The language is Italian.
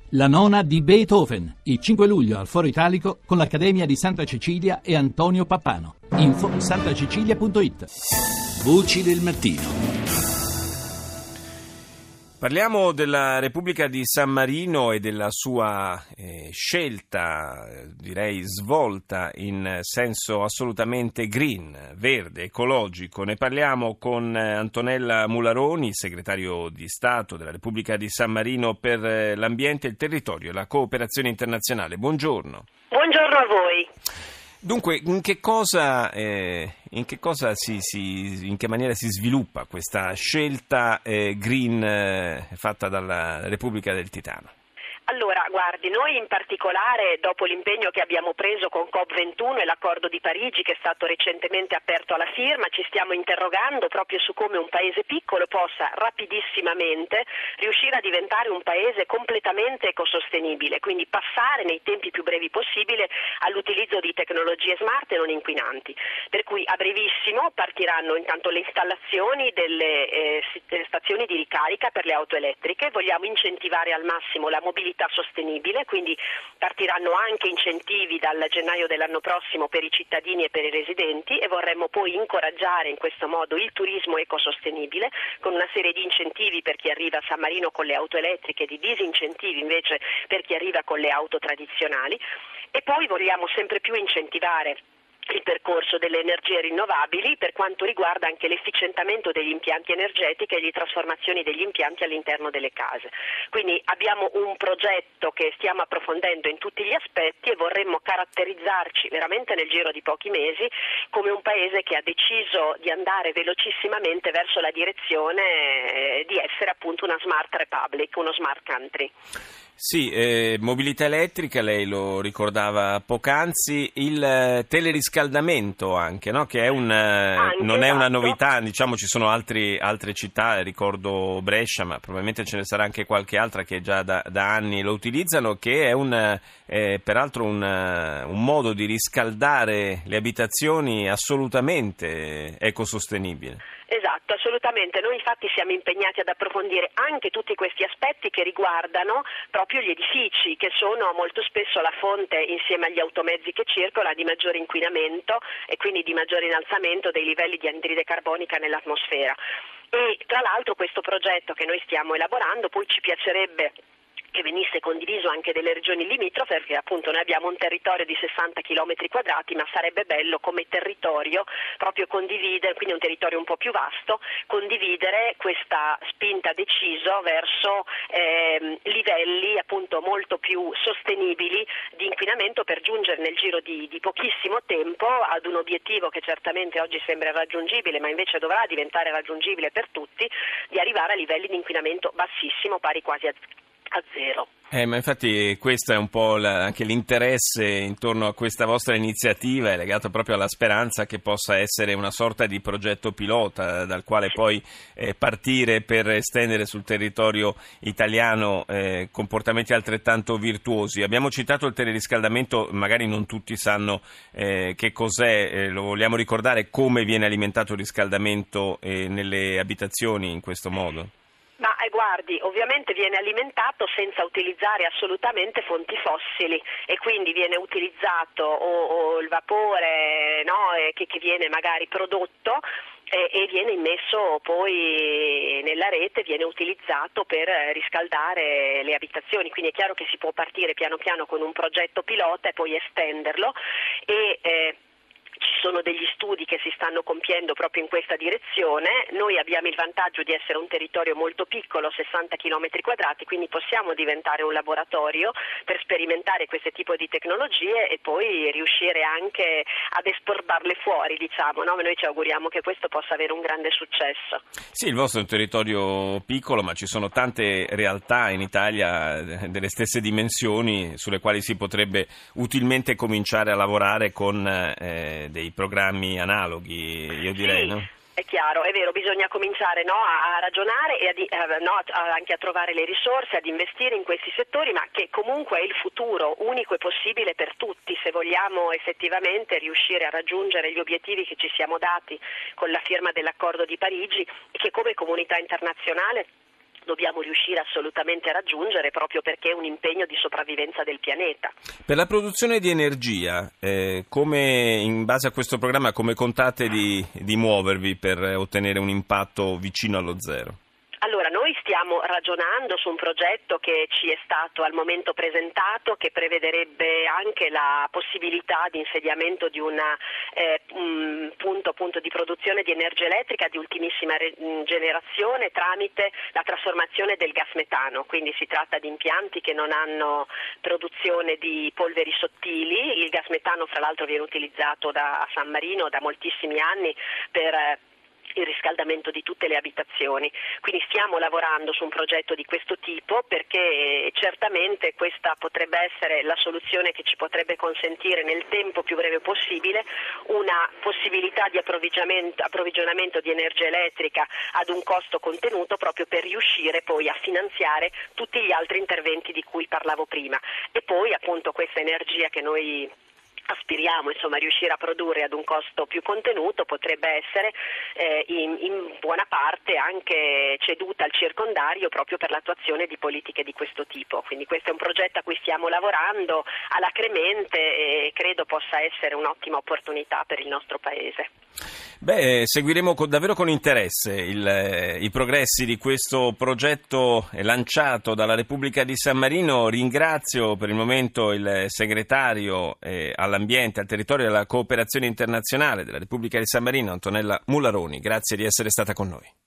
La nona di Beethoven, il 5 luglio al Foro Italico con l'Accademia di Santa Cecilia e Antonio Pappano. Info santacecilia.it. Voci del mattino. Parliamo della Repubblica di San Marino e della sua scelta, direi svolta in senso assolutamente green, verde, ecologico. Ne parliamo con Antonella Mularoni, segretario di Stato della Repubblica di San Marino per l'ambiente, il territorio e la cooperazione internazionale. Buongiorno. Buongiorno a voi. Dunque, in che maniera si sviluppa questa scelta green fatta dalla Repubblica del Titano? Allora, guardi, noi in particolare, dopo l'impegno che abbiamo preso con COP21 e l'accordo di Parigi, che è stato recentemente aperto alla firma, ci stiamo interrogando proprio su come un paese piccolo possa rapidissimamente riuscire a diventare un paese completamente ecosostenibile, quindi passare nei tempi più brevi possibile all'utilizzo di tecnologie smart e non inquinanti. Per cui a brevissimo partiranno intanto le installazioni delle stazioni di ricarica per le auto elettriche. Vogliamo incentivare al massimo la mobilità sostenibile, quindi partiranno anche incentivi dal gennaio dell'anno prossimo per i cittadini e per i residenti, e vorremmo poi incoraggiare in questo modo il turismo ecosostenibile con una serie di incentivi per chi arriva a San Marino con le auto elettriche, di disincentivi invece per chi arriva con le auto tradizionali. E poi vogliamo sempre più incentivare il percorso delle energie rinnovabili per quanto riguarda anche l'efficientamento degli impianti energetici e le trasformazioni degli impianti all'interno delle case. Quindi abbiamo un progetto che stiamo approfondendo in tutti gli aspetti e vorremmo caratterizzarci veramente nel giro di pochi mesi come un paese che ha deciso di andare velocissimamente verso la direzione di essere appunto una smart republic, uno smart country. Sì, mobilità elettrica, lei lo ricordava poc'anzi, il teleriscaldamento anche, no? Che è non è una novità, diciamo ci sono altre città, ricordo Brescia, ma probabilmente ce ne sarà anche qualche altra che già da anni lo utilizzano, che è peraltro un modo di riscaldare le abitazioni assolutamente ecosostenibile. Esatto, assolutamente. Noi infatti siamo impegnati ad approfondire anche tutti questi aspetti che riguardano proprio gli edifici, che sono molto spesso la fonte, insieme agli automezzi che circolano, di maggiore inquinamento e quindi di maggiore innalzamento dei livelli di anidride carbonica nell'atmosfera. E tra l'altro questo progetto che noi stiamo elaborando poi ci piacerebbe che venisse condiviso anche delle regioni limitrofe, perché appunto noi abbiamo un territorio di 60 km quadrati, ma sarebbe bello come territorio proprio condividere, quindi un territorio un po' più vasto, condividere questa spinta deciso verso livelli appunto molto più sostenibili di inquinamento, per giungere nel giro di pochissimo tempo ad un obiettivo che certamente oggi sembra irraggiungibile, ma invece dovrà diventare raggiungibile per tutti, di arrivare a livelli di inquinamento bassissimo, pari quasi a zero. Ma infatti questo è un po' anche l'interesse intorno a questa vostra iniziativa, è legato proprio alla speranza che possa essere una sorta di progetto pilota dal quale poi partire per estendere sul territorio italiano comportamenti altrettanto virtuosi. Abbiamo citato il teleriscaldamento, magari non tutti sanno che cos'è, lo vogliamo ricordare, come viene alimentato il riscaldamento nelle abitazioni in questo modo? Ma guardi, ovviamente viene alimentato senza utilizzare assolutamente fonti fossili, e quindi viene utilizzato o il vapore, no, che viene magari prodotto e viene immesso poi nella rete, viene utilizzato per riscaldare le abitazioni. Quindi è chiaro che si può partire piano piano con un progetto pilota e poi estenderlo, e ci sono degli studi che si stanno compiendo proprio in questa direzione. Noi abbiamo il vantaggio di essere un territorio molto piccolo, 60 km quadrati, quindi possiamo diventare un laboratorio per sperimentare questo tipo di tecnologie e poi riuscire anche ad esportarle fuori, diciamo, no? Noi ci auguriamo che questo possa avere un grande successo. Sì, il vostro è un territorio piccolo, ma ci sono tante realtà in Italia delle stesse dimensioni sulle quali si potrebbe utilmente cominciare a lavorare con dei programmi analoghi, io direi, sì. No? È chiaro, è vero, bisogna cominciare a ragionare e anche a trovare le risorse, ad investire in questi settori, ma che comunque è il futuro unico e possibile per tutti, se vogliamo effettivamente riuscire a raggiungere gli obiettivi che ci siamo dati con la firma dell'accordo di Parigi, e che come comunità internazionale dobbiamo riuscire assolutamente a raggiungere, proprio perché è un impegno di sopravvivenza del pianeta. Per la produzione di energia, come in base a questo programma, come contate di muovervi per ottenere un impatto vicino allo zero? Allora, noi stiamo ragionando su un progetto che ci è stato al momento presentato, che prevederebbe anche la possibilità di insediamento di un punto appunto di produzione di energia elettrica di ultimissima generazione tramite la trasformazione del gas metano. Quindi si tratta di impianti che non hanno produzione di polveri sottili. Il gas metano, fra l'altro, viene utilizzato a San Marino da moltissimi anni per il riscaldamento di tutte le abitazioni. Quindi stiamo lavorando su un progetto di questo tipo, perché certamente questa potrebbe essere la soluzione che ci potrebbe consentire nel tempo più breve possibile una possibilità di approvvigionamento di energia elettrica ad un costo contenuto, proprio per riuscire poi a finanziare tutti gli altri interventi di cui parlavo prima. E poi appunto questa energia che noi aspiriamo a riuscire a produrre ad un costo più contenuto potrebbe essere in buona parte anche ceduta al circondario, proprio per l'attuazione di politiche di questo tipo. Quindi questo è un progetto a cui stiamo lavorando alacremente e credo possa essere un'ottima opportunità per il nostro Paese. Seguiremo davvero con interesse i progressi di questo progetto lanciato dalla Repubblica di San Marino. Ringrazio per il momento il segretario all'ambiente, al territorio e alla cooperazione internazionale della Repubblica di San Marino, Antonella Mullaroni. Grazie di essere stata con noi.